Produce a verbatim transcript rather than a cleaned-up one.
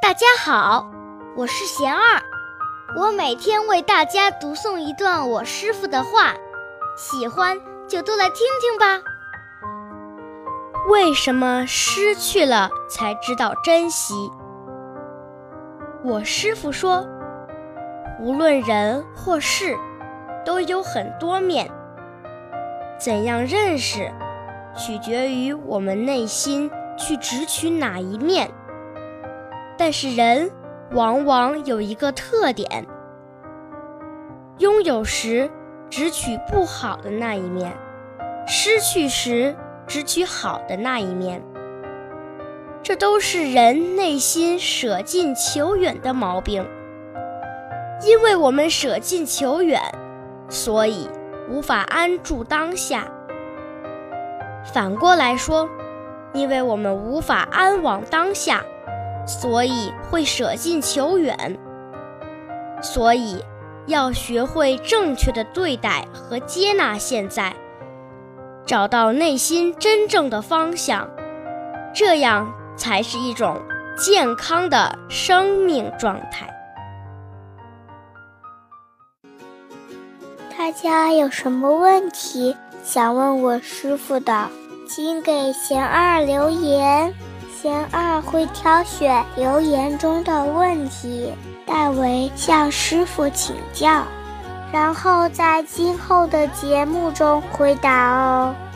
大家好，我是贤二，我每天为大家读诵一段我师父的话，喜欢就都来听听吧。为什么失去了才知道珍惜？我师父说，无论人或事，都有很多面，怎样认识，取决于我们内心去直取哪一面。但是人往往有一个特点，拥有时只取不好的那一面，失去时只取好的那一面。这都是人内心舍近求远的毛病。因为我们舍近求远，所以无法安住当下。反过来说，因为我们无法安往当下，所以会舍近求远。所以要学会正确的对待和接纳现在，找到内心真正的方向，这样才是一种健康的生命状态。 大家有什么问题想问我师父的，请给贤二留言，贤二会挑选留言中的问题，代为向师父请教，然后在今后的节目中回答哦。